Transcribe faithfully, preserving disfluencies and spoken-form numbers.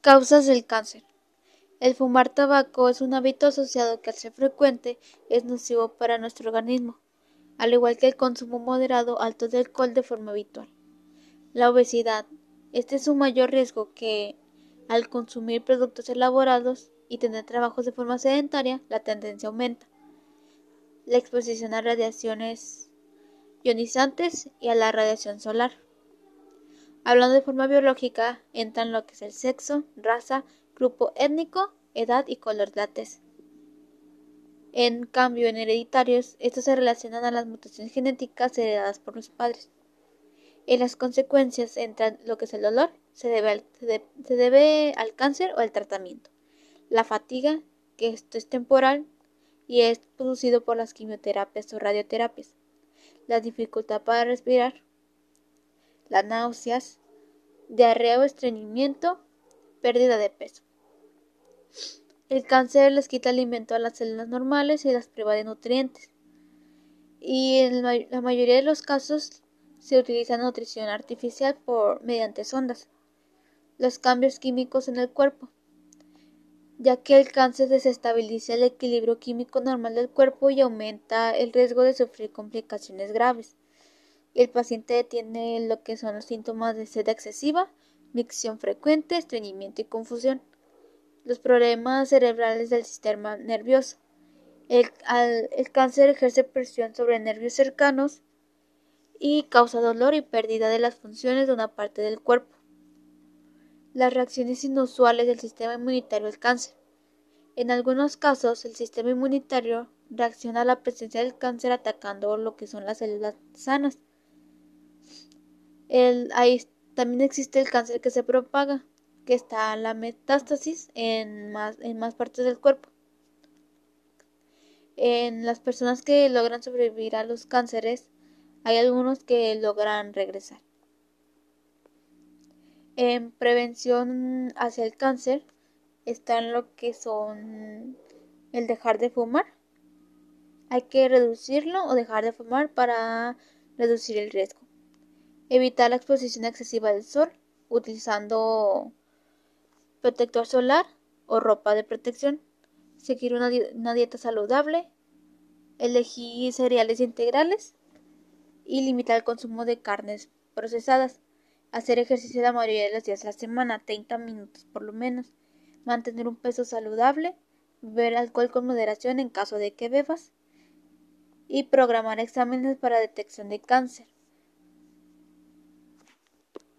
Causas del cáncer. El fumar tabaco es un hábito asociado que al ser frecuente es nocivo para nuestro organismo, al igual que el consumo moderado alto de alcohol de forma habitual. La obesidad. Este es un mayor riesgo que, al consumir productos elaborados y tener trabajos de forma sedentaria, la tendencia aumenta. La exposición a radiaciones ionizantes y a la radiación solar. Hablando de forma biológica, entran lo que es el sexo, raza, grupo étnico, edad y color de la tez. En cambio, en hereditarios, estos se relacionan a las mutaciones genéticas heredadas por los padres. En las consecuencias entran lo que es el dolor, se debe al, se de, se debe al cáncer o al tratamiento. La fatiga, que esto es temporal y es producido por las quimioterapias o radioterapias. La dificultad para respirar. Las náuseas, diarrea o estreñimiento, pérdida de peso. El cáncer les quita alimento a las células normales y las priva de nutrientes. Y en la mayoría de los casos se utiliza nutrición artificial por, mediante sondas. Los cambios químicos en el cuerpo, ya que el cáncer desestabiliza el equilibrio químico normal del cuerpo y aumenta el riesgo de sufrir complicaciones graves. El paciente tiene lo que son los síntomas de sed excesiva, micción frecuente, estreñimiento y confusión. Los problemas cerebrales del sistema nervioso. El, al, el cáncer ejerce presión sobre nervios cercanos y causa dolor y pérdida de las funciones de una parte del cuerpo. Las reacciones inusuales del sistema inmunitario al cáncer. En algunos casos, el sistema inmunitario reacciona a la presencia del cáncer atacando lo que son las células sanas. El, ahí también existe el cáncer que se propaga, que está la metástasis en más, en más partes del cuerpo. En las personas que logran sobrevivir a los cánceres, hay algunos que logran regresar. En prevención hacia el cáncer están lo que son el dejar de fumar. Hay que reducirlo o dejar de fumar para reducir el riesgo. Evitar la exposición excesiva del sol utilizando protector solar o ropa de protección. Seguir una, di una dieta saludable. Elegir cereales integrales y limitar el consumo de carnes procesadas. Hacer ejercicio la mayoría de los días de la semana, treinta minutos por lo menos. Mantener un peso saludable. Beber alcohol con moderación en caso de que bebas. Y programar exámenes para detección de cáncer.